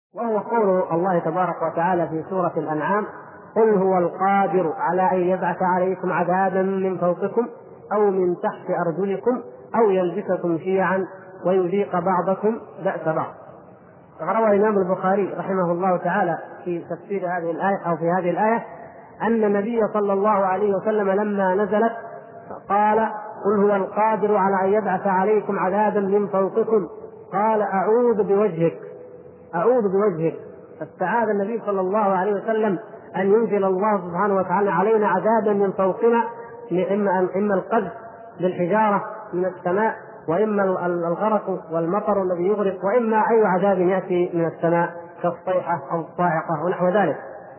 وهو قول الله تبارك وتعالى في سورة الأنعام: قل هو القادر على أن يبعث عليكم عذابا من فوقكم أو من تحت أرجلكم أو يلبسكم شيعا ويذيق بعضكم بأس بعض. روى الإمام البخاري رحمه الله تعالى في تفسير هذه الآية أو في هذه الآية أن النبي صلى الله عليه وسلم لما نزلت قال: قل هو القادر على أن يبعث عليكم عذابا من فوقكم، قال: أعوذ بوجهك أعوذ بوجهك. فاستعاذ النبي صلى الله عليه وسلم أن ينزل الله سبحانه وتعالى علينا عذابا من فوقنا، إما القذف بالحجارة من السماء، وإما الغرق والمطر الذي يغرق، وإما أي عذاب يأتي من السماء كالصيحة أو الصاعقة ونحو ذلك.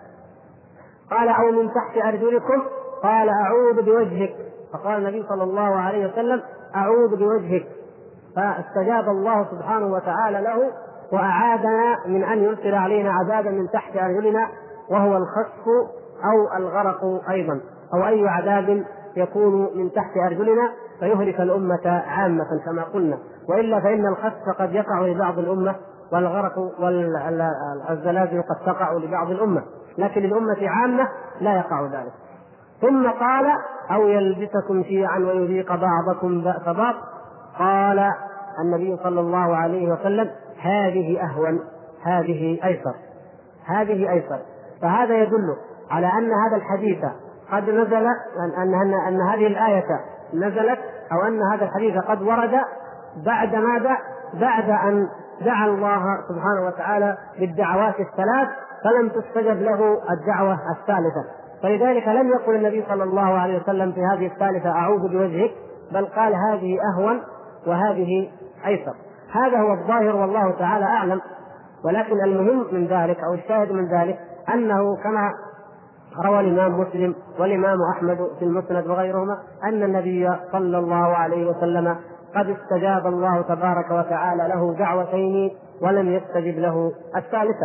قال: أو من تحت أرجلكم، قال: أعوذ بوجهك. فقال النبي صلى الله عليه وسلم: أعوذ بوجهك. فاستجاب الله سبحانه وتعالى له وأعادنا من أن يرسل علينا عذابا من تحت أرجلنا، وهو الخسف أو الغرق أيضا، أو أي عذاب يكون من تحت أرجلنا فيهلك الأمة عامة كما قلنا. وإلا فإن الخسف قد يقع لبعض الأمة، والغرق والزلازل قد تقع لبعض الأمة، لكن للأمة عامة لا يقع ذلك. ثم قال: أو يلبسكم شيعا ويذيق بعضكم بأس بعض. قال النبي صلى الله عليه وسلم: هذه أهون، هذه أيسر، هذه أيسر. فهذا يدل على أن هذا الحديث قد نزل، أن هذه الآية نزلت، أو أن هذا الحديث قد ورد بعد ماذا؟ بعد أن دعا الله سبحانه وتعالى بالدعوات الثلاث فلم تستجب له الدعوة الثالثة. فلذلك لم يقل النبي صلى الله عليه وسلم في هذه الثالثة: أعوذ بوجهك، بل قال: هذه أهون وهذه أيسر. هذا هو الظاهر والله تعالى أعلم. ولكن المهم من ذلك أو الشاهد من ذلك أنه كما روى الإمام مسلم والإمام أحمد في المسند وغيرهما أن النبي صلى الله عليه وسلم قد استجاب الله تبارك وتعالى له دعوتين ولم يستجب له الثالثة.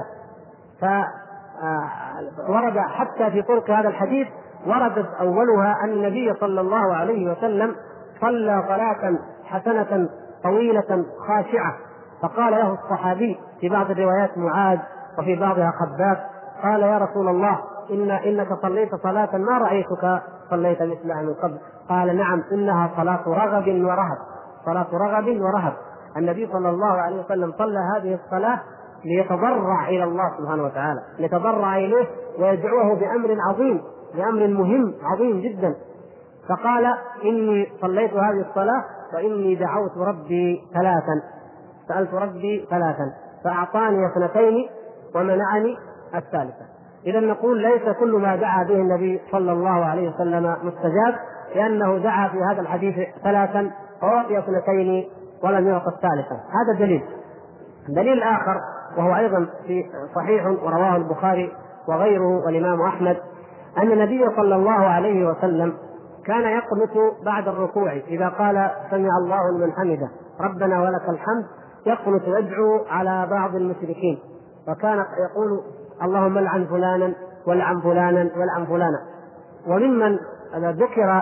فورد حتى في طرق هذا الحديث وردت أولها أن النبي صلى الله عليه وسلم صلى صلاة حسنة طويلة خاشعة، فقال له الصحابي في بعض الروايات معاذ وفي بعضها خباب: قال: يا رسول الله، إنك صليت صلاة ما رأيتك صليت مثلها من قبل. قال: نعم، إنها صلاة رغب ورهب، صلاة رغب ورهب. النبي صلى الله عليه وسلم صلى هذه الصلاة ليتضرع إلى الله سبحانه وتعالى، ليتضرع إليه ويدعوه بأمر عظيم، بأمر مهم عظيم جدا. فقال: إني صليت هذه الصلاة وإني دعوت ربي ثلاثا، سألت ربي ثلاثا فأعطاني اثنتين ومنعني الثالثة. إذا نقول ليس كل ما دعا به النبي صلى الله عليه وسلم مستجاب، لأنه دعا في هذا الحديث ثلاثا وأعطي اثنتين ولم يعط الثالثة. هذا دليل. دليل آخر وهو أيضا في صحيح ورواه البخاري وغيره والإمام أحمد أن النبي صلى الله عليه وسلم كان يقنت بعد الركوع إذا قال: سمع الله لمن حمده ربنا ولك الحمد، يقنت يدعو على بعض المشركين، وكان يقول: اللهم لعن فلانا ولعن فلانا ولعن فلانا. وممن ذكر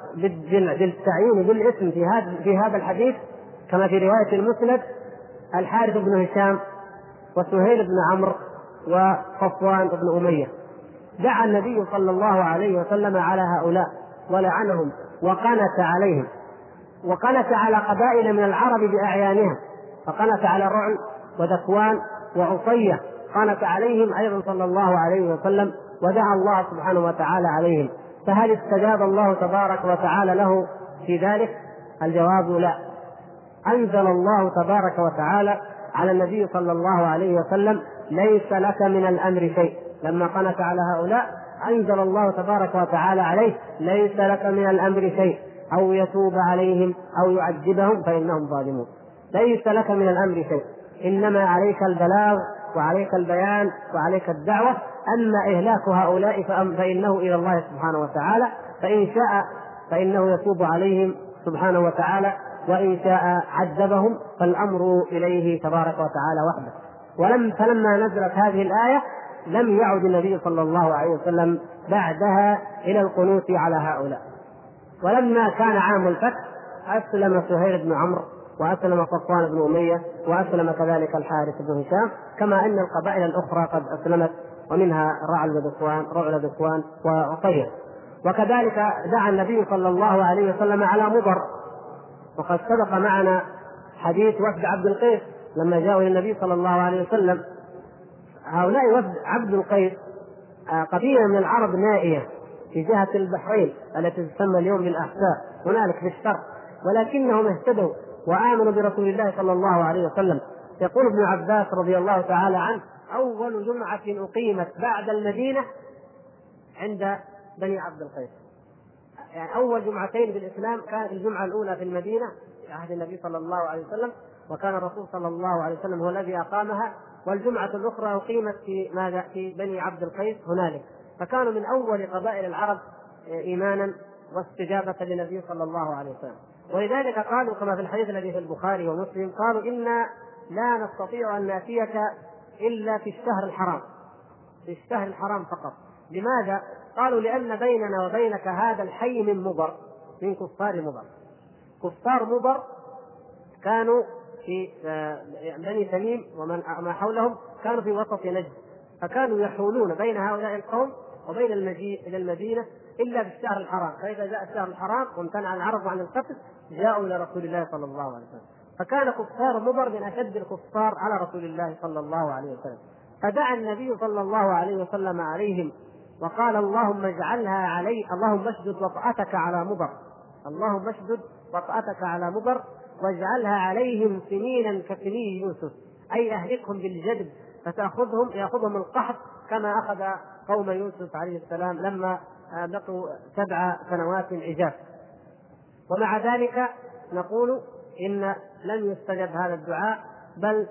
بالتعيين بالاسم في هذا الحديث كما في رواية المسند الحارث بن هشام وسهيل بن عمرو وصفوان بن أمية. دعا النبي صلى الله عليه وسلم على هؤلاء ولعنهم وقنت عليهم، وقنت على قبائل من العرب بأعيانها، فقنت على رعل وذكوان وعصية، قنت عليهم أيضا صلى الله عليه وسلم ودعا الله سبحانه وتعالى عليهم. فهل استجاب الله تبارك وتعالى له في ذلك؟ الجواب: لا. أنزل الله تبارك وتعالى على النبي صلى الله عليه وسلم: ليس لك من الأمر شيء. لما قنت على هؤلاء أنزل الله تبارك وتعالى عليه: ليس لك من الأمر شيء، أو يتوب عليهم أو يعذبهم فإنهم ظالمون. ليس لك من الأمر شيء، إنما عليك البلاغ وعليك البيان وعليك الدعوة. أما إهلاك هؤلاء فإنه إلى الله سبحانه وتعالى، فإن شاء فإنه يتوب عليهم سبحانه وتعالى، وإن شاء عذبهم، فالأمر إليه تبارك وتعالى وحده. فلما نزلت هذه الآية لم يعد النبي صلى الله عليه وسلم بعدها إلى القنوت على هؤلاء. ولما كان عام الفتح أسلم سهيل بن عمرو وأسلم صفوان بن أمية، وأسلم كذلك الحارث بن هشام، كما أن القبائل الأخرى قد أسلمت، ومنها رعل ذكوان وطير. وكذلك دعا النبي صلى الله عليه وسلم على مضر، وقد سبق معنا حديث وفد عبد القيس لما جاءوا إلى النبي صلى الله عليه وسلم. هؤلاء وفد عبد القيس قبيلة من العرب نائية في جهة البحرين التي تسمى اليوم بالأحساء هنالك في الشرق، ولكنهم اهتدوا وآمنوا برسول الله صلى الله عليه وسلم. يقول ابن عباس رضي الله تعالى عنه: أول جمعة أقيمت بعد المدينة عند بني عبد القيس. يعني أول جمعتين بالإسلام كانت الجمعة الأولى في المدينة في عهد النبي صلى الله عليه وسلم، وكان الرسول صلى الله عليه وسلم هو الذي أقامها، والجمعة الأخرى أقيمت في بني عبد القيس هنالك. فكانوا من أول قبائل العرب إيمانا واستجابة للنبي صلى الله عليه وسلم. ولذلك قالوا كما في الحديث الذي في البخاري ومسلم: قالوا إنا لا نستطيع أن نأتيك إلا في الشهر الحرام، في الشهر الحرام فقط. لماذا؟ قالوا: لأن بيننا وبينك هذا الحي من مضر، من كفار مضر. كفار مضر كانوا في بني تميم وما حولهم، كانوا في وسط نجد، فكانوا يحولون بين هؤلاء القوم وبين المجيء إلى المدينة إلا في الشهر الحرام. فإذا جاء الشهر الحرام وامتنع العرب عن القتل جاءوا إلى رسول الله صلى الله عليه وسلم. فكان كفار مضر من أشد الكفار على رسول الله صلى الله عليه وسلم. فدعا النبي صلى الله عليه وسلم عليهم وقال: اللهم اجعلها علي، اللهم اشدد وطأتك على مضر، اللهم اشدد وطأتك على مضر واجعلها عليهم سنينا كسني يوسف، أي أهلكهم بالجدب يأخذهم القحط كما أخذ قوم يوسف عليه السلام لما بقوا 7 سنوات عجاف. ومع ذلك نقول إن لم يستجب هذا الدعاء، بل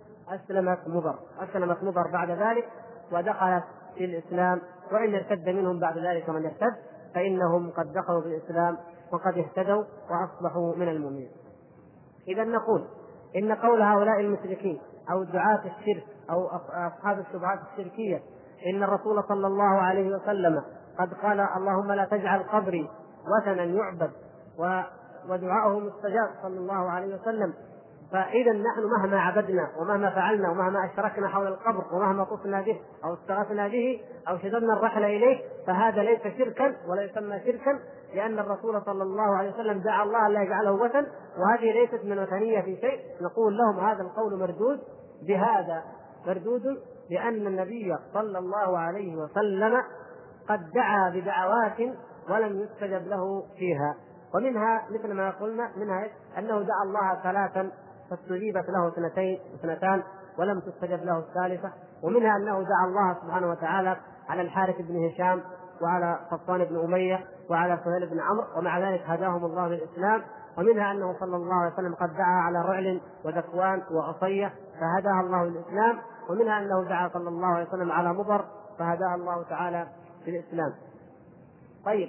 أسلمت مضر بعد ذلك ودخلت في الإسلام، وإن ارتد منهم بعد ذلك من ارتد فإنهم قد دخلوا في الإسلام وقد اهتدوا وأصبحوا من المؤمنين. إذا نقول إن قول هؤلاء المشركين أو دعاة الشرك أو أصحاب الشبهات الشركية إن الرسول صلى الله عليه وسلم قد قال: اللهم لا تجعل قبري وثنا يعبد، ودعاءه مستجاب صلى الله عليه وسلم، فإذا نحن مهما عبدنا ومهما فعلنا ومهما أشركنا حول القبر ومهما طفنا به أو استغاثنا به أو شددنا الرحل إليه فهذا ليس شركا ولا يسمى شركا، لأن الرسول صلى الله عليه وسلم دعا الله لا يجعله وثن، وهذه ليست من وثنية في شيء. نقول لهم هذا القول مردود بهذا، مردود لأن النبي صلى الله عليه وسلم قد دعا بدعوات ولم يستجب له فيها، ومنها مثل ما قلنا منها أنه دعا الله 3 فاستجيبت له 2 ولم تستجب له الثالثة، ومنها أنه دعا الله سبحانه وتعالى على الحارث بن هشام وعلى صفوان بن أمية وعلى سهيل بن عمرو ومع ذلك هداهم الله للإسلام، ومنها أنه صلى الله عليه وسلم قد دعا على رعل وذكوان وعصية فهداها الله للإسلام، ومنها أنه دعا صلى الله عليه وسلم على مضر فهداها الله تعالى للإسلام. طيب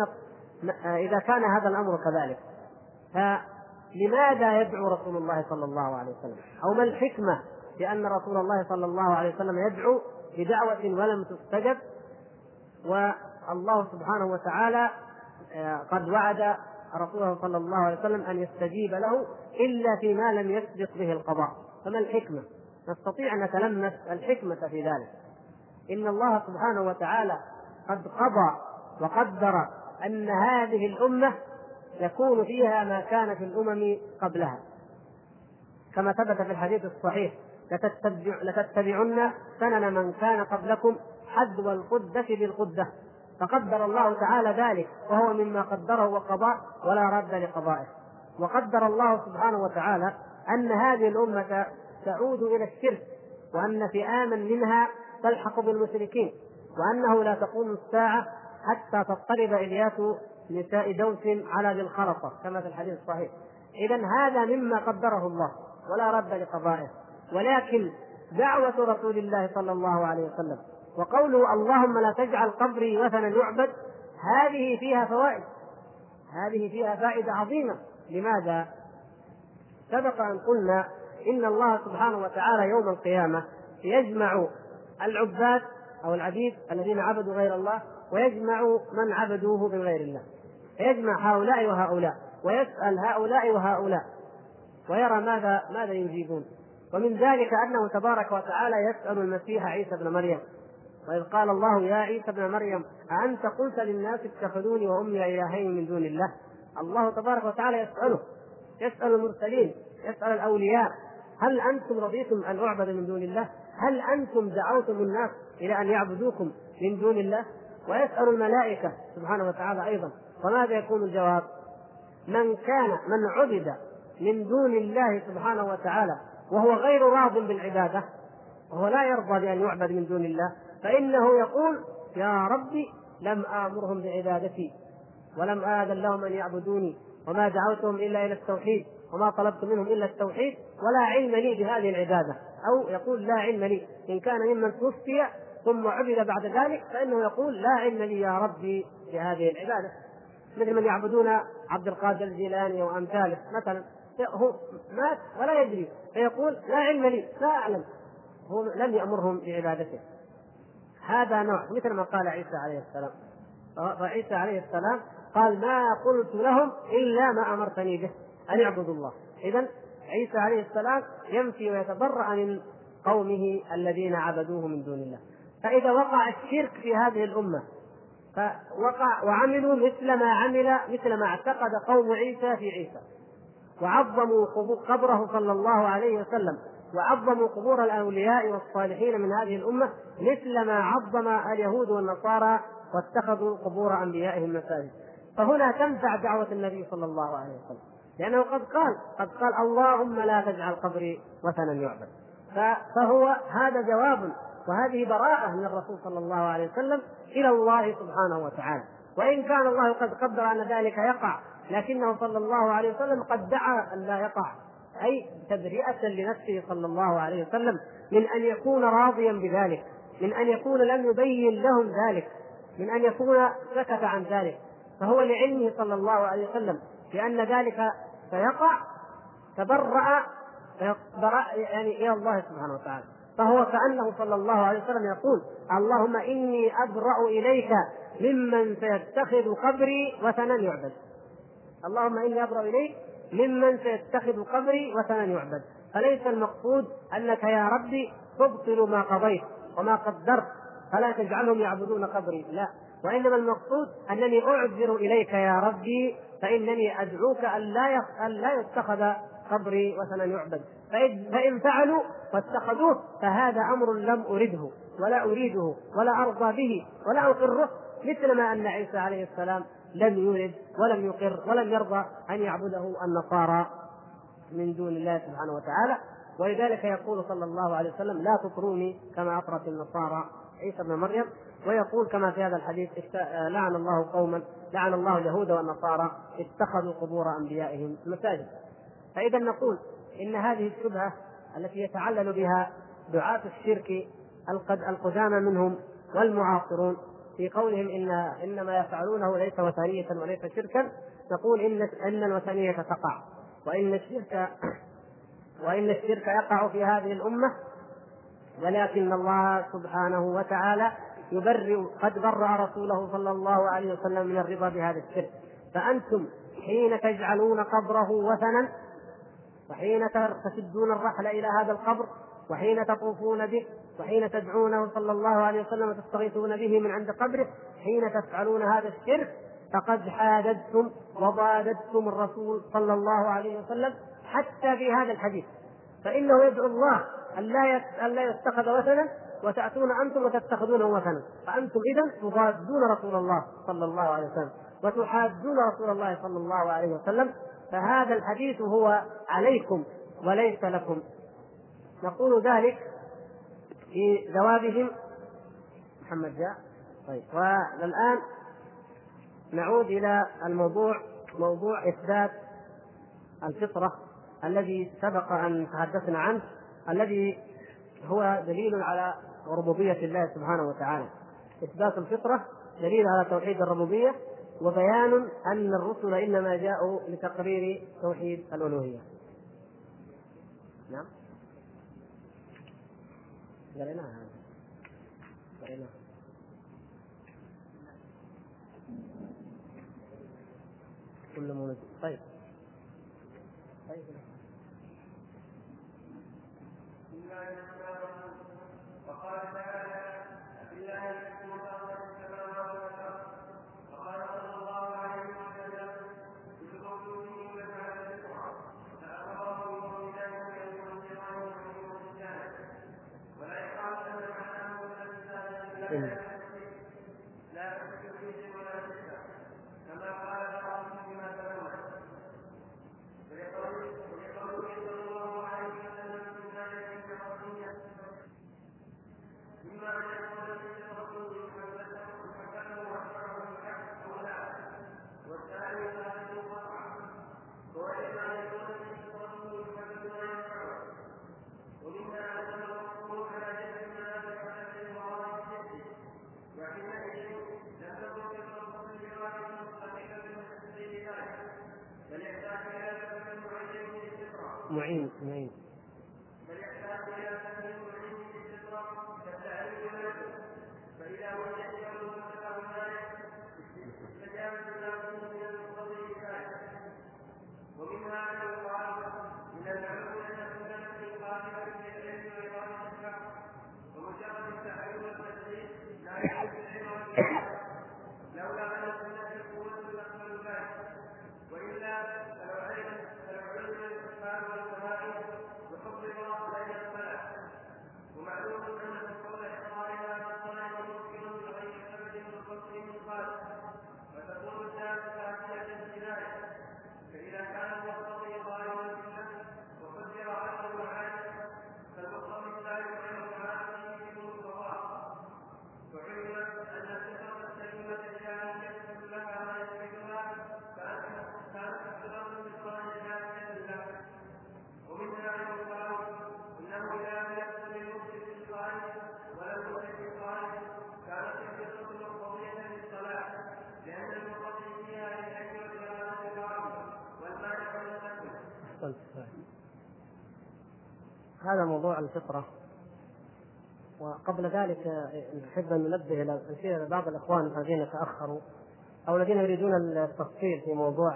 إذا كان هذا الأمر كذلك فلماذا يدعو رسول الله صلى الله عليه وسلم؟ أو ما الحكمة لأن رسول الله صلى الله عليه وسلم يدعو بدعوة ولم تستجب، والله سبحانه وتعالى قد وعد رسوله صلى الله عليه وسلم أن يستجيب له إلا فيما لم يسبق به القضاء؟ فما الحكمة؟ نستطيع أن نتلمس الحكمة في ذلك. إن الله سبحانه وتعالى قد قضى وقدر أن هذه الأمة يكون فيها ما كان في الأمم قبلها، كما ثبت في الحديث الصحيح: لتتبعن سنن من كان قبلكم حذو القدة بالقدة. فقدر الله تعالى ذلك وهو مما قدره وقضاه ولا رد لقضائه. وقدر الله سبحانه وتعالى أن هذه الأمة تعود إلى الشرك، وأن فئاما منها تلحق بالمشركين، وأنه لا تقوم الساعة حتى تضطرب إليات نساء دوس على ذي الخرطة كما في الحديث الصحيح. إذن هذا مما قدره الله ولا رد لقضائه. ولكن دعوة رسول الله صلى الله عليه وسلم وقوله اللهم لا تجعل قبري وثنا يعبد هذه فيها فوائد، هذه فيها فائدة عظيمة. لماذا؟ سبق أن قلنا إن الله سبحانه وتعالى يوم القيامة يجمع العباد أو العبيد الذين عبدوا غير الله ويجمع من عبدوه من غير الله، يجمع هؤلاء وهؤلاء ويسأل هؤلاء وهؤلاء ويرى ماذا يجيبون. ومن ذلك أنه تبارك وتعالى يسأل المسيح عيسى ابن مريم، وإذ قال الله يا عيسى ابن مريم أأنت قلت للناس اتخذوني وأمي إلهين من دون الله؟ الله تبارك وتعالى يسأل المرسلين، يسأل الأولياء: هل أنتم رضيتم أن أعبد من دون الله؟ هل أنتم دعوتم الناس إلى أن يعبدوكم من دون الله؟ ويسأل الملائكة سبحانه وتعالى أيضا. وماذا يكون الجواب؟ من عبد من دون الله سبحانه وتعالى وهو غير راض بالعبادة، وهو لا يرضى بأن يعبد من دون الله، فإنه يقول: يا ربي لم آمرهم بعبادتي ولم آذن لهم أن يعبدوني وما دعوتهم إلا إلى التوحيد وما طلبت منهم إلا التوحيد ولا علم لي بهذه العبادة. أو يقول: لا علم لي. إن كان ممن توفي ثم عبد بعد ذلك فإنه يقول: لا علم لي يا ربي بهذه العبادة. مثل من يعبدون عبد القادر الجيلاني وأمثاله مثلا، هو مات ولا يدري فيقول: لا علم لي، لا أعلم، هو لم يأمرهم بعبادته. هذا نوع، مثل ما قال عيسى عليه السلام. فعيسى عليه السلام قال: ما قلت لهم إلا ما أمرتني به أن يعبدوا الله. إذن عيسى عليه السلام ينفي ويتبرأ من قومه الذين عبدوه من دون الله. فإذا وقع الشرك في هذه الأمة فوقع وعملوا مثل ما اعتقد قوم عيسى في عيسى، وعظموا قبره صلى الله عليه وسلم، وعظموا قبور الأولياء والصالحين من هذه الأمة مثل ما عظم اليهود والنصارى واتخذوا قبور أنبيائهم مساجد. فهنا تنفع دعوة النبي صلى الله عليه وسلم، لأنه قد قال: اللهم لا تجعل قبري وثنا يعبد. فهو هذا جواب وهذه براءة من الرسول صلى الله عليه وسلم إلى الله سبحانه وتعالى. وإن كان الله قد قدر أن ذلك يقع، لكنه صلى الله عليه وسلم قد دعا أن لا يقع، أي تبرئة لنفسه صلى الله عليه وسلم من أن يكون راضيا بذلك، من أن يكون لم يبين لهم ذلك، من أن يكون سكت عن ذلك. فهو لعلمه صلى الله عليه وسلم بأن ذلك سيقع تبرأ يعني إلى الله سبحانه وتعالى. فهو كأنه صلى الله عليه وسلم يقول: اللهم إني أبرأ إليك ممن سيتخذ قبري وثنا يعبد. اللهم إني أبرأ إليك ممن سيتخذ قبري وثنا يعبد. فليس المقصود أنك يا ربي تبطل ما قضيت وما قدرت فلا تجعلهم يعبدون قبري، لا، وإنما المقصود أنني أعذر إليك يا ربي، فإنني أدعوك أن لا يتخذ قبري وثنا يعبد. فإن فعلوا واتخذوه فهذا أمر لم أرده ولا أريده ولا أرضى به ولا أقره، مثل ما أن عيسى عليه السلام لم يرد ولم يقر ولم يرضى أن يعبده النصارى من دون الله سبحانه وتعالى. ولذلك يقول صلى الله عليه وسلم: لا تطروني كما أطرت النصارى عيسى ابن مريم. ويقول كما في هذا الحديث: لعن الله اليهود والنصارى اتخذوا قبور أنبيائهم مساجد. فإذا نقول إن هذه الشبهة التي يتعلل بها دعاة الشرك القدامى منهم والمعاصرون في قولهم إنما يفعلونه ليس وثنية وليس شركا، نقول إن الوثنية تقع وإن الشرك يقع في هذه الأمة، ولكن الله سبحانه وتعالى قد برأ رسوله صلى الله عليه وسلم من الرضا بهذا الشرك. فأنتم حين تجعلون قبره وثنا، وحين تشدون الرحل إلى هذا القبر، وحين تطوفون به، وحين تدعونه صلى الله عليه وسلم وتستغيثون به من عند قبره، حين تفعلون هذا الشرك فقد حاددتم وضاددتم الرسول صلى الله عليه وسلم. حتى في هذا الحديث فإنه يدعو الله أن لا يتخذ وثنا، وتأتون أنتم وتتخذونه وثنا، فأنتم إذن تضادون رسول الله صلى الله عليه وسلم وتحادون رسول الله صلى الله عليه وسلم. فهذا الحديث هو عليكم وليس لكم. نقول ذلك في جوابهم. محمد جاء. طيب، والآن نعود إلى موضوع إثبات الفطرة الذي سبق أن تحدثنا عنه، الذي هو دليل على ربوبية الله سبحانه وتعالى. إثبات الفطرة دليل على توحيد الربوبية، وبيان أن الرسل إنما جاءوا لتقرير توحيد الألوهية. نعم، قريناها. كل منزل. طيب إلا معين هذا موضوع الفطرة. وقبل ذلك نحب أن ننبه إلى بعض الإخوان الذين تأخروا أو الذين يريدون التفصيل في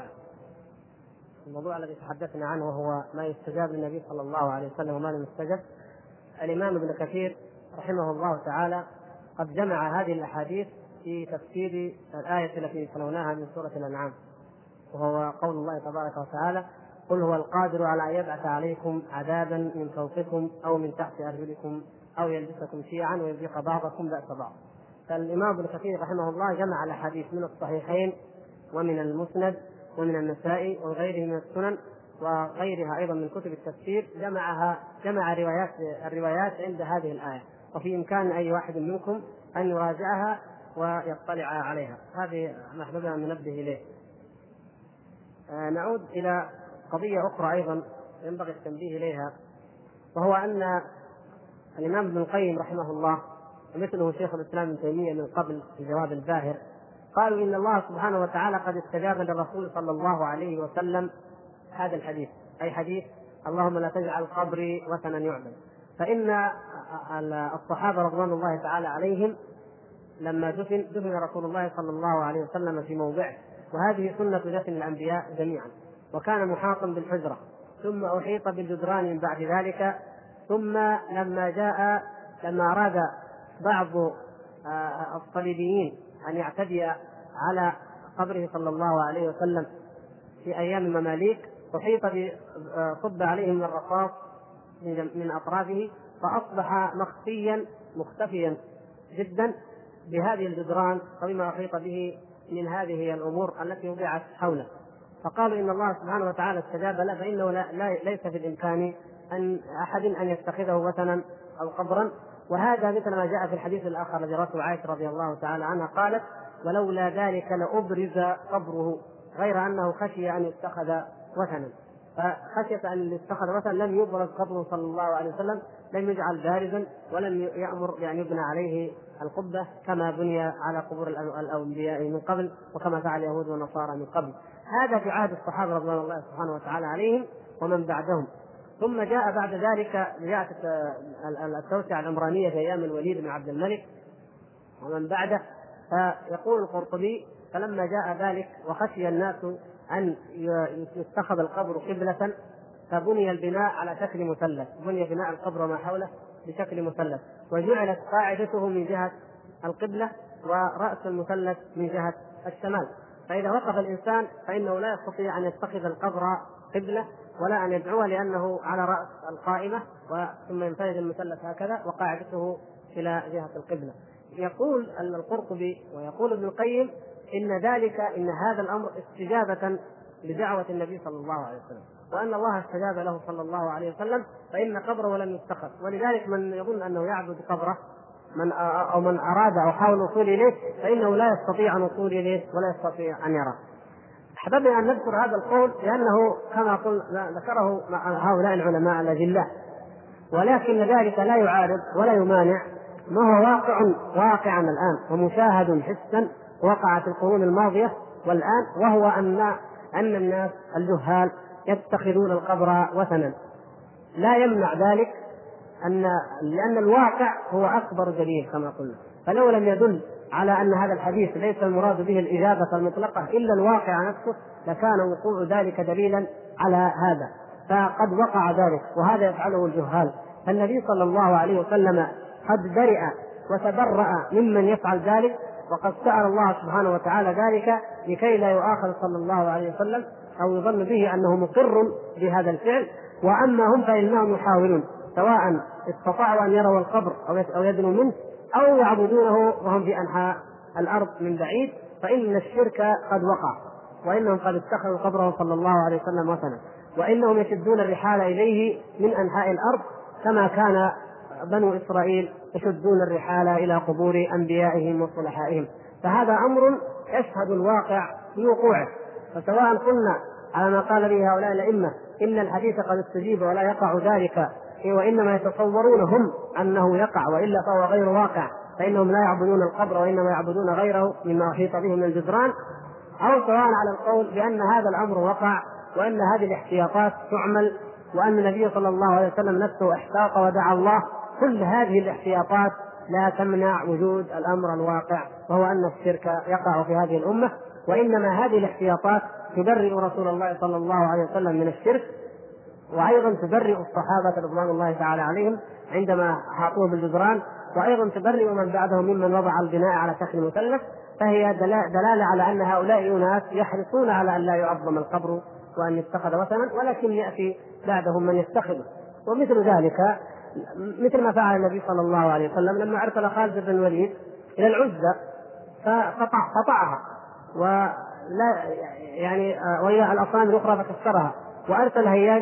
الموضوع الذي تحدثنا عنه، وهو ما يستجاب للنبي صلى الله عليه وسلم وما لم يستجب. الإمام ابن كثير رحمه الله تعالى قد جمع هذه الأحاديث في تفسير الآية التي تلوناها من سورة الأنعام، وهو قول الله تبارك وتعالى: قل هو القادر على أن يبعث عليكم عذابا من فوقكم أو من تحت أرجلكم أو يلبسكم شيعا ويذيق بعضكم بأس بعض. فالإمام ابن كثير رحمه الله جمع الأحاديث من الصحيحين ومن المسند ومن النسائي وغيره من السنن وغيرها أيضا من كتب التفسير، جمع الروايات عند هذه الآية، وفي إمكان أي واحد منكم أن يراجعها ويطلع عليها. هذه ما أحببنا أن ننبه إليه. نعود إلى قضية أخرى أيضا ينبغي التنبيه إليها، وهو أن الإمام ابن القيم رحمه الله ومثله شيخ الإسلام ابن تيمية من قبل في جواب الباهر قالوا إن الله سبحانه وتعالى قد استجاب للرسول صلى الله عليه وسلم هذا الحديث، أي حديث اللهم لا تجعل قبري وثنا يعبد. فإن الصحابة رضوان الله تعالى عليهم لما دفن رسول الله صلى الله عليه وسلم في موضعه، وهذه سنة دفن الأنبياء جميعا، وكان محاطا بالحجرة ثم أحيط بالجدران من بعد ذلك. ثم لما أراد بعض الصليبيين أن يعتدي على قبره صلى الله عليه وسلم في أيام المماليك، صب عليهم الرصاص من أطرافه، فأصبح مختفيا جدا بهذه الجدران وبما أحيط به من هذه الأمور التي وضعت حوله. فقالوا إن الله سبحانه وتعالى استجاب له، فإنه ليس في الإمكان أن أحد أن يتخذه وثنا أو قبرا. وهذا مثل ما جاء في الحديث الآخر الذي رواه عائشة رضي الله تعالى عنها قالت: ولولا ذلك لأبرز قبره، غير أنه خشي أن يتخذ وثنا، فخشية أن يتخذ وثنا لم يبرز قبره صلى الله عليه وسلم، لم يجعل بارزا ولم يأمر بأن يبنى عليه القبة كما بني على قبور الأنبياء من قبل، وكما فعل اليهود والنصارى من قبل. هذا في عهد الصحابة رضوان الله سبحانه وتعالى عليهم ومن بعدهم. ثم جاء بعد ذلك جاءت التوسعة العمرانية في أيام الوليد بن عبد الملك ومن بعده. فيقول القرطبي: فلما جاء ذلك وخشي الناس أن يتخذ القبر قبلة، فبني البناء على شكل مثلث، بني بناء القبر وما حوله بشكل مثلث، وجعلت قاعدته من جهة القبلة ورأس المثلث من جهة الشمال. فإذا وقف الإنسان فإنه لا يستطيع أن يتخذ القبر قبلة ولا أن يدعوه، لأنه على رأس القائمة، ثم ينفرد المثلث هكذا وقاعدته إلى جهة القبلة. يقول القرطبي ويقول ابن القيم إن هذا الأمر استجابة لدعوة النبي صلى الله عليه وسلم، وأن الله استجاب له صلى الله عليه وسلم، فإن قبره لم يتخذ. ولذلك من يظن أنه يعبد قبره من أراد أو حاول الوصول إليه فإنه لا يستطيع الوصول إليه ولا يستطيع أن يرى. أحببنا أن نذكر هذا القول لأنه كما ذكره هؤلاء العلماء الأجلاء، ولكن ذلك لا يعارض ولا يمانع ما هو واقعا الآن ومشاهد حسا وقع في القرون الماضية والآن، وهو أن الناس الجهال يتخذون القبر وثنا. لا يمنع ذلك لأن الواقع هو أكبر دليل كما قلنا، فلو لم يدل على أن هذا الحديث ليس المراد به الإجابة المطلقة إلا الواقع نفسه لكان وقوع ذلك دليلا على هذا، فقد وقع ذلك وهذا يفعله الجهال. فالنبي صلى الله عليه وسلم قد برئ وتبرأ ممن يفعل ذلك، وقد سأل الله سبحانه وتعالى ذلك لكي لا يؤاخذ صلى الله عليه وسلم أو يظن به أنه مقر بهذا الفعل. وأما هم فإنهم يحاولون سواء استطاعوا أن يروا القبر أو يدنوا منه أو يعبدونه وهم في أنحاء الأرض من بعيد، فإن الشرك قد وقع، وإنهم قد اتخذوا قبره صلى الله عليه وسلم وثنا، وإنهم يشدون الرحال إليه من أنحاء الأرض كما كان بنو إسرائيل يشدون الرحال إلى قبور أنبيائهم وصلحائهم. فهذا أمر يشهد الواقع بوقوعه. فسواء قلنا على ما قال به هؤلاء الأئمة إن الحديث قد استجيب ولا يقع ذلك، وإنما يتصورون هم أنه يقع وإلا فهو غير واقع، فإنهم لا يعبدون القبر وإنما يعبدون غيره مما أحيط به من الجدران، أو سواء على القول بأن هذا الأمر وقع وأن هذه الاحتياطات تعمل وأن النبي صلى الله عليه وسلم نفسه احتاط ودعا الله. كل هذه الاحتياطات لا تمنع وجود الأمر الواقع، وهو أن الشرك يقع في هذه الأمة، وإنما هذه الاحتياطات تبرئ رسول الله صلى الله عليه وسلم من الشرك، وأيضا تبرئ الصحابة رضوان الله تعالى عليهم عندما أحاطوه بالجدران، وأيضا تبرئ من بعدهم ممن وضع البناء على شكل مثلث. فهي دلالة على أن هؤلاء أناس يحرصون على أن لا يعظم القبر وأن يتخذ وثنا، ولكن يأتي بعدهم من يتخذه. ومثل ذلك مثل ما فعل النبي صلى الله عليه وسلم لما أرسل خالد بن الوليد إلى العزة فقطعها ولا وهي الأصنام الأخرى فكسرها، وأرسل هياج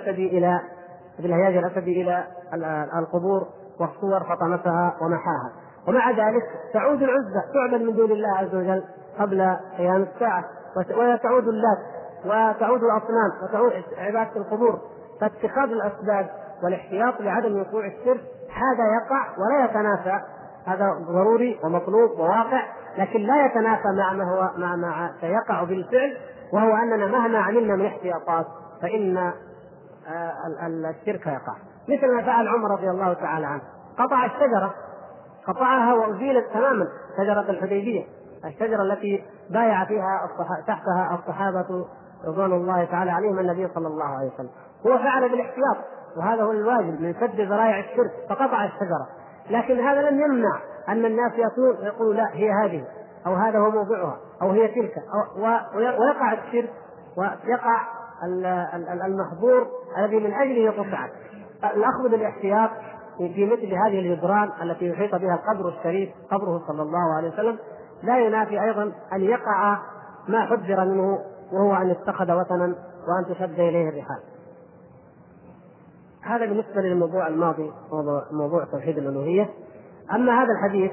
الأسدي إلى القبور والصور فطمسها ومحاها. ومع ذلك تعود العزة تعبد من دون الله عز وجل قبل قيام الساعة، وتعود اللات وتعود الأصنام وتعود عبادة القبور. فاتخاذ الأسباب والاحتياط لعدم وقوع الشرك هذا يقع ولا يتنافى، هذا ضروري ومطلوب وواقع، لكن لا يتنافى مع ما سيقع بالفعل، وهو أننا مهما عملنا من احتياطات فإن الشرك يقع. مثل ما فعل عمر رضي الله تعالى عنه، قطع الشجرة، قطعها وأزيلت تماما، شجرة الحديبية، الشجرة التي بايع فيها تحتها الصحابة رضوان الله تعالى عليهم النبي صلى الله عليه وسلم. هو فعل بالاحتياط، وهذا هو الواجب من سد ذرائع الشرك، فقطع الشجرة. لكن هذا لم يمنع أن الناس يقولوا لا هي هذه أو هذا هو موضعها أو هي تلك، ويقع الشرك ويقع المحظور الذي من أجله قطعت. الأخذ بالاحتياط في مثل هذه الجدران التي يحيط بها القبر الشريف قبره صلى الله عليه وسلم لا ينافي أيضا أن يقع ما حذر منه، وهو أن يتخذ وثنا وأن تشد إليه الرحال. هذا بالنسبة للموضوع الماضي، موضوع توحيد الألوهية. أما هذا الحديث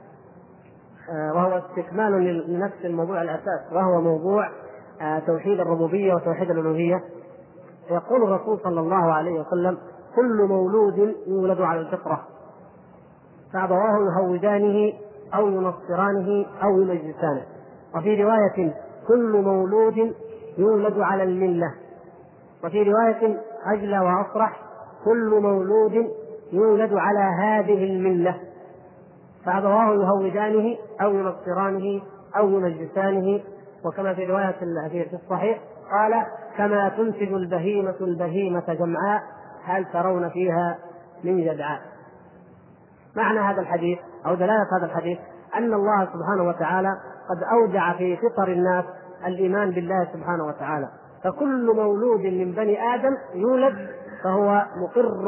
وهو استكمال لنفس الموضوع الأساس، وهو موضوع توحيد الربوبية وتوحيد الألوهية. يقول الرسول صلى الله عليه وسلم: كل مولود يولد على الفطرة فأبواه يهودانه أو ينصرانه أو يمجسانه. وفي رواية: كل مولود يولد على الملة. وفي رواية أجلى وأصرح: كل مولود يولد على هذه الملة فأبواه يهودانه أو ينصرانه أو يمجسانه. وكما في رواية في الصحيح قال: كما تنتج البهيمة جمعاء هل ترون فيها من جدعاء. معنى هذا الحديث أو دلالة هذا الحديث أن الله سبحانه وتعالى قد أودع في فطر الناس الإيمان بالله سبحانه وتعالى، فكل مولود من بني آدم يولد فهو مقر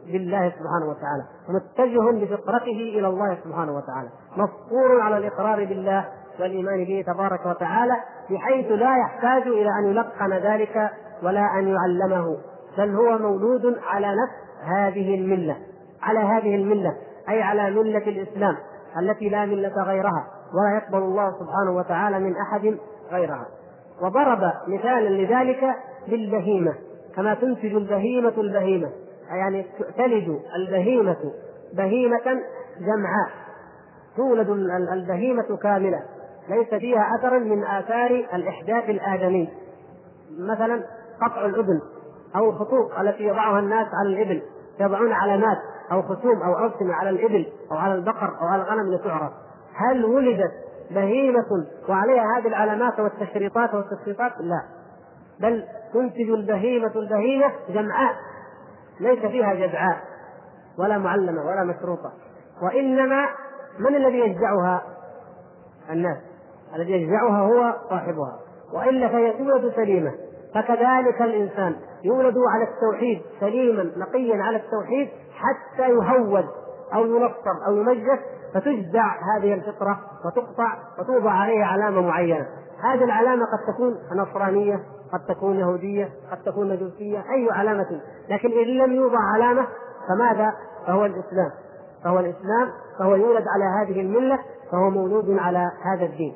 بالله سبحانه وتعالى، متجه بفطرته إلى الله سبحانه وتعالى، مفطور على الإقرار بالله والإيمان به تبارك وتعالى، بحيث لا يحتاج إلى أن يلقن ذلك ولا أن يعلمه، بل هو مولود على نفس هذه الملة، على هذه الملة أي على ملة الإسلام التي لا ملة غيرها، ولا يقبل الله سبحانه وتعالى من أحد غيرها. وضرب مثالا لذلك بالبهيمة، كما تنتج البهيمة البهيمة، يعني تلد البهيمة بهيمة جمعاء، تولد البهيمة كاملة ليس فيها أثر من آثار الإحداث الآدمي، مثلا قطع الأذن أو الخطوط التي يضعها الناس على الإبل، يضعون علامات أو خصوم أو أرسمة على الإبل أو على البقر أو على الغنم لتعرف. هل ولدت بهيمة وعليها هذه العلامات والتشريطات والتشريطات؟ لا، بل تنتج البهيمة البهيمة جمعاء ليس فيها جزعاء ولا معلمة ولا مشروطة. وإنما من الذي يجزعها؟ الناس، الذي يجزعها هو صاحبها، وإلا فهي تولد سليمة. فكذلك الإنسان يولد على التوحيد سليما نقيا على التوحيد حتى يهود أو ينصر أو يمجس، فتجزع هذه الفطرة وتقطع وتوضع عليه علامة معينة. هذه العلامة قد تكون نصرانية، قد تكون يهودية، قد تكون مجوسية، أي علامة، لكن إن لم يوضع علامة فماذا؟ فهو الإسلام، فهو الإسلام، فهو يولد على هذه الملة، فهو مولود على هذا الدين.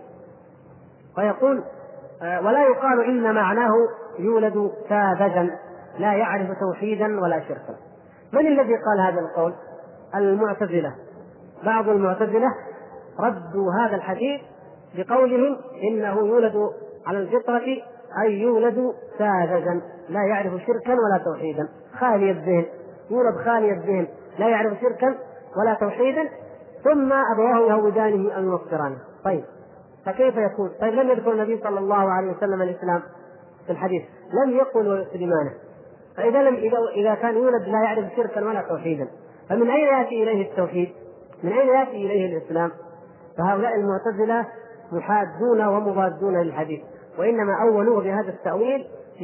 ويقول ولا يقال إن معناه يولد ساذجا لا يعرف توحيدا ولا شركا. من الذي قال هذا القول؟ المعتزلة. بعض المعتزلة ردوا هذا الحديث بقولهم إنه يولد على الفطرة، أي يولد ساذجا لا يعرف شركا ولا توحيدا، خالي الذهن، يولد خالي الذهن لا يعرف شركا ولا توحيدا، ثم أبواه يهودانه أو ينصرانه. طيب فكيف يكون؟ طيب لم يذكر النبي صلى الله عليه وسلم الإسلام في الحديث، لم يقل ويسلمانه، فإذا إذا كان يولد لا يعرف شركا ولا توحيدا، فمن أين يأتي إليه التوحيد؟ من أين يأتي إليه الإسلام؟ فهؤلاء المعتزلة محادون ومضادون للحديث، وإنما أولوه بهذا التأويل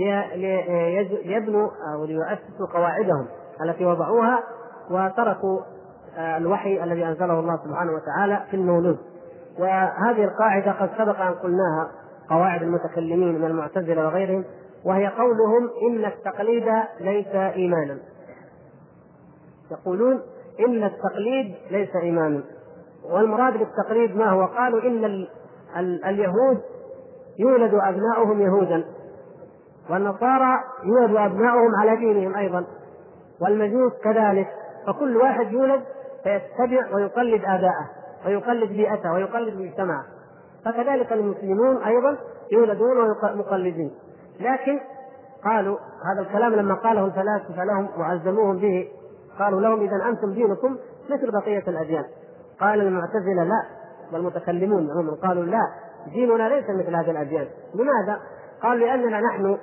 ليبنوا أو ليؤسسوا قواعدهم التي وضعوها، وتركوا الوحي الذي أنزله الله سبحانه وتعالى في المولود. وهذه القاعدة قد سبق أن قلناها، قواعد المتكلمين من المعتزلة وغيرهم، وهي قولهم إن التقليد ليس إيمانا. يقولون إن التقليد ليس إيمانا، والمراد بالتقليد ما هو؟ قالوا إن اليهود يولد أبناؤهم يهودا، والنصارى يولد أبناؤهم على دينهم أيضا، والمجوس كذلك، فكل واحد يولد فيتبع ويقلد آباءه ويقلد بيئته ويقلد مجتمعه. فكذلك المسلمون أيضا يولدون مقلدين. لكن قالوا هذا الكلام لما قاله الفلاسفة لهم وعزموهم به، قالوا لهم إذا أنتم دينكم مثل بقية الأديان. قال المعتزلة لا، والمتكلمون هم قالوا لا، ديننا ليس مثل هذه الأديان. لماذا؟ قالوا لأننا نحن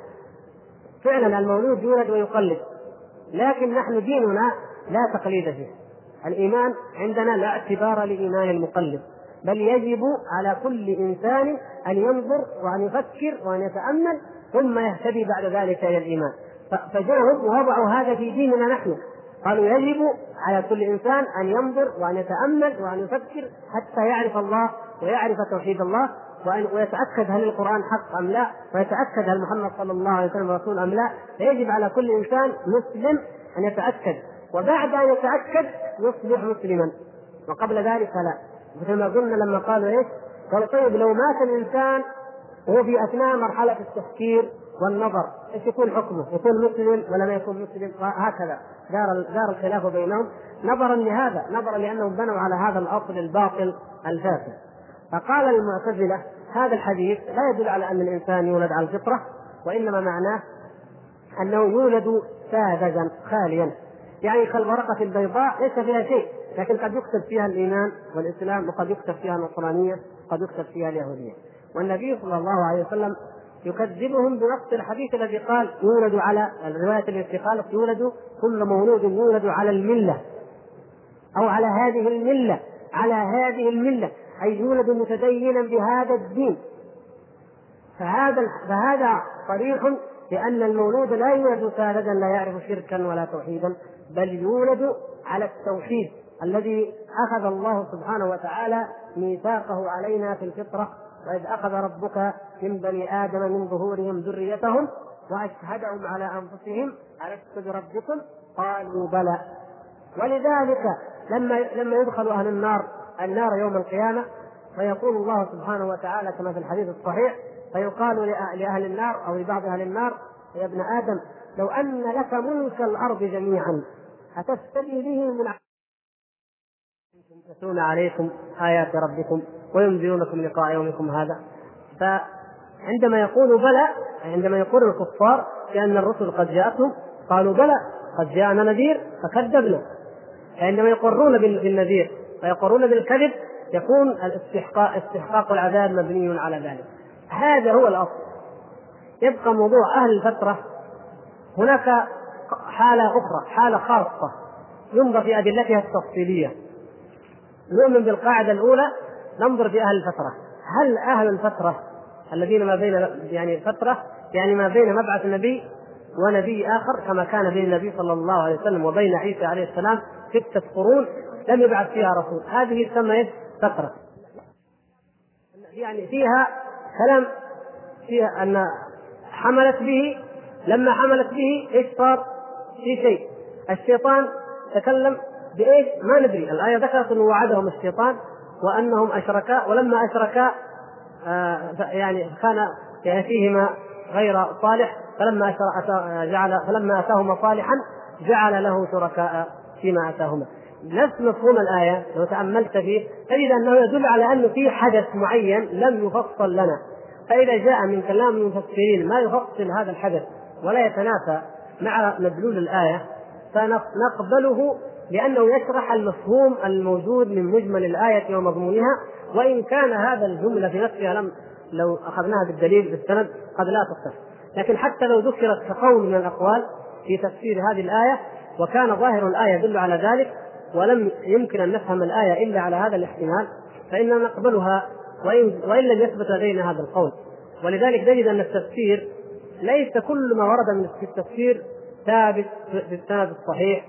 فعلا المولود يولد ويقلد، لكن نحن ديننا لا تقليد فيه. الإيمان عندنا لا اعتبار لإيمان المقلد، بل يجب على كل إنسان أن ينظر وأن يفكر وأن يتأمل ثم يهتدي بعد ذلك إلى الإيمان. فجاءوا ووضعوا هذا في ديننا نحن، قالوا يجب على كل إنسان أن ينظر وأن يتأمل وأن يفكر حتى يعرف الله ويعرف توحيد الله، ويتأكد هل القرآن حق أم لا، ويتأكد هل محمد صلى الله عليه وسلم رسول أم لا. فيجب على كل إنسان مسلم أن يتأكد، وبعد أن يتأكد يصبح مسلما، وقبل ذلك لا. مثل ما قلنا لما قالوا إيش؟ قالوا طيب لو مات الإنسان وهو في أثناء مرحلة التفكير والنظر إيش يكون حكمه؟ يكون مسلم ولا ما يكون مسلم؟ وهكذا دار الخلاف بينهم، نظرا لهذا، نظرا لأنهم بنوا على هذا الأصل الباطل الفاسد. فقال المعتزلة هذا الحديث لا يدل على أن الإنسان يولد على الفطرة، وإنما معناه أنه يولد ساذجا خاليا، يعني كالورقة البيضاء ليس فيها شيء، لكن قد يكتب فيها الإيمان والإسلام، وقد يكتب فيها النصرانية، وقد يكتب فيها اليهودية. والنبي صلى الله عليه وسلم يكذبهم بنص الحديث الذي قال يولد على الرواية التي قالت يولد كل مولود يولد على الملة أو على هذه الملة، على هذه الملة أي يولد متدينا بهذا الدين. فهذا صريح بأن المولود لا يولد ساذجا لا يعرف شركا ولا توحيدا، بل يولد على التوحيد الذي أخذ الله سبحانه وتعالى ميثاقه علينا في الفطرة: وإذ أخذ ربك من بني آدم من ظهورهم ذريتهم وأشهدهم على أنفسهم ألست بربكم قالوا بلى. ولذلك لما يدخل أهل النار يوم القيامة فيقول الله سبحانه وتعالى كما في الحديث الصحيح، فيقال لأهل النار أو لبعض أهل النار: يا ابن آدم لو أن لك ملك الأرض جميعا أتفتدي به من يتلون عليكم آيات ربكم وينذرونكم لقاء يومكم هذا. فعندما يقول بلى، عندما يقول الكفار بأن الرسل قد جاءتهم قالوا بلى قد جاءنا نذير فكذبنا. عندما يقرون بالنذير ويقرون بالكذب يكون استحقاق العذاب مبني على ذلك. هذا هو الأصل. يبقى موضوع أهل الفترة هناك حالة أخرى، حالة خاصة ينظر في أدلتها التفصيلية. نؤمن بالقاعدة الأولى، ننظر في أهل الفترة. هل أهل الفترة الذين ما بين فترة ما بين مبعث النبي ونبي آخر كما كان بين النبي صلى الله عليه وسلم وبين عيسى عليه السلام 6 قرون لم يبعث فيها رسول، هذه تسمى فترة. فيها كلام، فيها أن لما حملت به إيش صار في شيء؟ الشيطان تكلم بإيش ما ندري. الآية ذكرت أنه وعدهم الشيطان وأنهم أشركا، ولما أشركا كان فيهما غير صالح، فلما أتاهما صالحا جعل له شركاء فيما أتاهما. نفس مفهوم الآية لو تأملت فيه تجد أنه يدل على أنه في حدث معين لم يفصل لنا، فإذا جاء من كلام المفسرين ما يفصل هذا الحدث ولا يتنافى مع مدلول الآية فنقبله، لأنه يشرح المفهوم الموجود من مجمل الآية ومضمونها، وإن كان هذا الجملة في نفسها لو أخذناها بالدليل بالسند قد لا تصح. لكن حتى لو ذكرت كقول من الأقوال في تفسير هذه الآية وكان ظاهر الآية يدل على ذلك ولم يمكن أن نفهم الآية إلا على هذا الاحتمال فإننا نقبلها وإن لم يثبت لدينا هذا القول. ولذلك نجد أن التفسير ليس كل ما ورد من التفسير ثابت في السند الصحيح.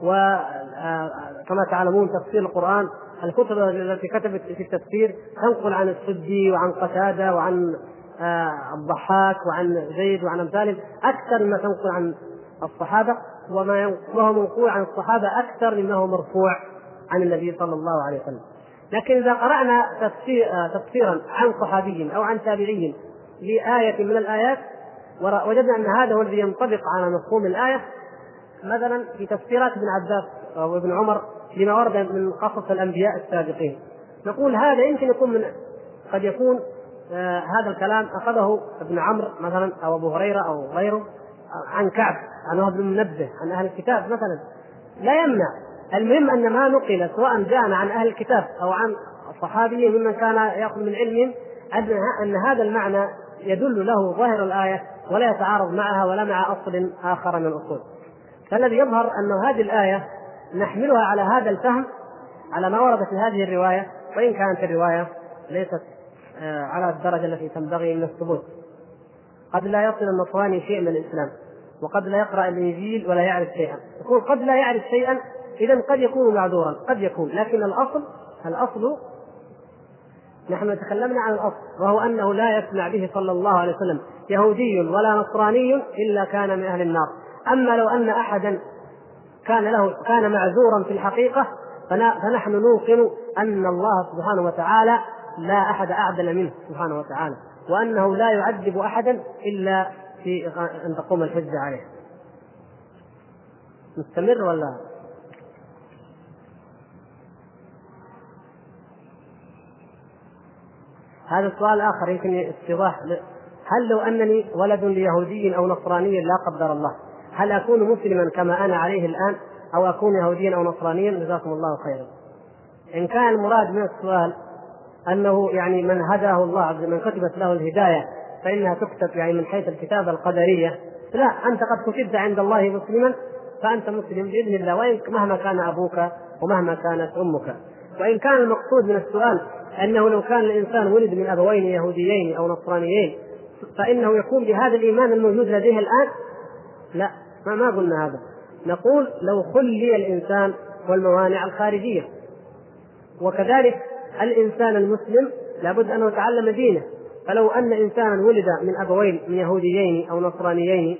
وكما تعلمون تفسير القرآن الكتب التي كتبت في التفسير تنقل عن السدي وعن قتادة وعن الضحاك وعن زيد وعن أمثالهم أكثر مما تنقل عن الصحابة، وهو منقول عن الصحابة أكثر مما هو مرفوع عن النبي صلى الله عليه وسلم. لكن إذا قرأنا تفسيرا عن صحابي أو عن تابعي لآية من الآيات وجدنا أن هذا هو الذي ينطبق على مفهوم الآية، مثلا في تفسيرات ابن عباس وابن عمر لما ورد من قصص الأنبياء السابقين، نقول هذا يمكن يكون قد يكون هذا الكلام أخذه ابن عمرو مثلا أو أبو هريرة أو غيره عن كعب عن وهب بن منبه عن أهل الكتاب مثلا، لا يمنع. المهم أن ما نقل سواء جاءنا عن أهل الكتاب أو عن صحابي ممن كان يأخذ من علمهم أن هذا المعنى يدل له ظاهر الآية ولا يتعارض معها ولا مع أصل آخر من الأصول. فالذي يظهر أن هذه الآية نحملها على هذا الفهم على ما ورد في هذه الرواية، وإن كانت الرواية ليست على الدرجة التي تنبغي من الثبوت. قد لا يصل النصراني شيء من الإسلام وقد لا يقرأ الإنجيل ولا يعرف شيئا، يقول قد لا يعرف شيئا، إذن قد يكون معذورا قد يكون، لكن الأصل نحن تكلمنا عن الأصل وهو أنه لا يسمع به صلى الله عليه وسلم يهودي ولا نصراني إلا كان من أهل النار. أما لو أن أحدا كان معذورا في الحقيقة فنحن نوقن أن الله سبحانه وتعالى لا أحد أعدل منه سبحانه وتعالى، وأنه لا يعذب أحدا إلا في أن تقوم الحجة عليه. نستمر ولا؟ هذا السؤال آخر يمكن استيضاح. هل لو أنني ولد ليهودي أو نصراني لا قدر الله هل أكون مسلما كما أنا عليه الآن أو أكون يهوديا أو نصرانيا؟ جزاكم الله خيرا. إن كان المراد من السؤال أنه من هداه الله من كتبت له الهداية فإنها تكتب من حيث الكتابة القدرية، لا، أنت قد كتبت عند الله مسلما فأنت مسلم بإذن الله مهما كان أبوك ومهما كانت أمك. وإن كان المقصود من السؤال أنه لو كان الإنسان ولد من أبوين يهوديين أو نصرانيين فإنه يكون بهذا الإيمان الموجود لديه الآن، لا، ما قلنا هذا، نقول لو خلي الإنسان والموانع الخارجية. وكذلك الإنسان المسلم لابد أنه يتعلم دينه، فلو أن إنسانا ولد من أبوين من يهوديين أو نصرانيين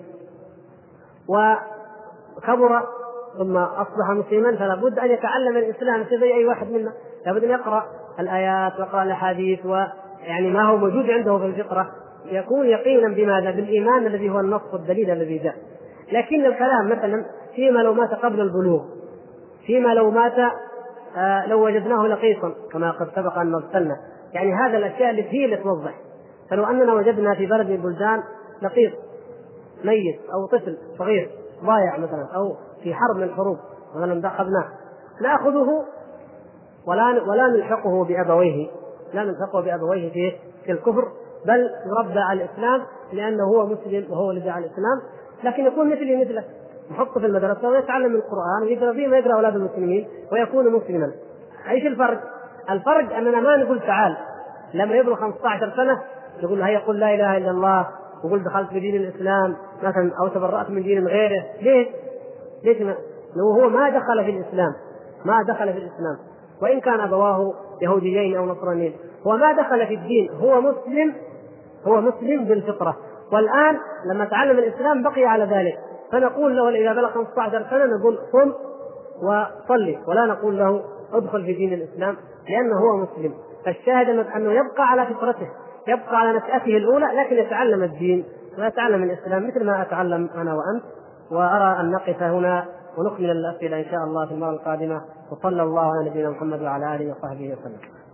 وكبر ثم أصبح مسلما فلا بد أن يتعلم الإسلام زي أي واحد منا، لابد أن يقرأ الآيات ويقرأ الأحاديث، ويعني ما هو موجود عنده في الفطرة يكون يقينا بماذا؟ بالإيمان الذي هو النص والدليل الذي جاء. لكن الكلام مثلا فيما لو مات قبل البلوغ، فيما لو مات لو وجدناه لقيطا كما قد سبق أن نرسلنا، يعني هذا الأشياء اللي هي اللي توضح. فلو أننا وجدنا في بلد من البلدان لقيط ميت أو طفل صغير ضايع مثلا أو في حرب من الحروب مثلا أخذناه نأخذه ولا نلحقه بأبويه، لا نلحقه بأبويه في الكفر، بل يربى على الإسلام لأنه هو مسلم وهو الذي على الإسلام، لكن يكون مثله نحطه في المدرسة ويتعلم القرآن ويقرأ فيه ما يقرأ أولاد المسلمين ويكون مسلما. أيش الفرق؟ الفرق أننا ما نقول تعال لما يبلغ 15 سنة نقول له هيا قل لا إله إلا الله وقل دخلت في دين الإسلام مثلا أو تبرأت من دين غيره. ليش لو هو ما دخل في الإسلام وإن كان أبواه يهوديين أو نصرانيين، هو ما دخل في الدين، هو مسلم بالفطرة. والآن لما تعلم الإسلام بقي على ذلك، فنقول له إذا بلغ 15 سنة نقول صم وصلي، ولا نقول له ادخل في دين الإسلام لأنه هو مسلم. فالشاهد أنه يبقى على فطرته، يبقى على نشأته الأولى، لكن يتعلم الدين ويتعلم الإسلام مثل ما أتعلم أنا وأنت. وأرى أن نقف هنا ونكمل الأسئلة إن شاء الله في المرة القادمة. وصلى الله على نبينا محمد وعلى آله وصحبه وسلم.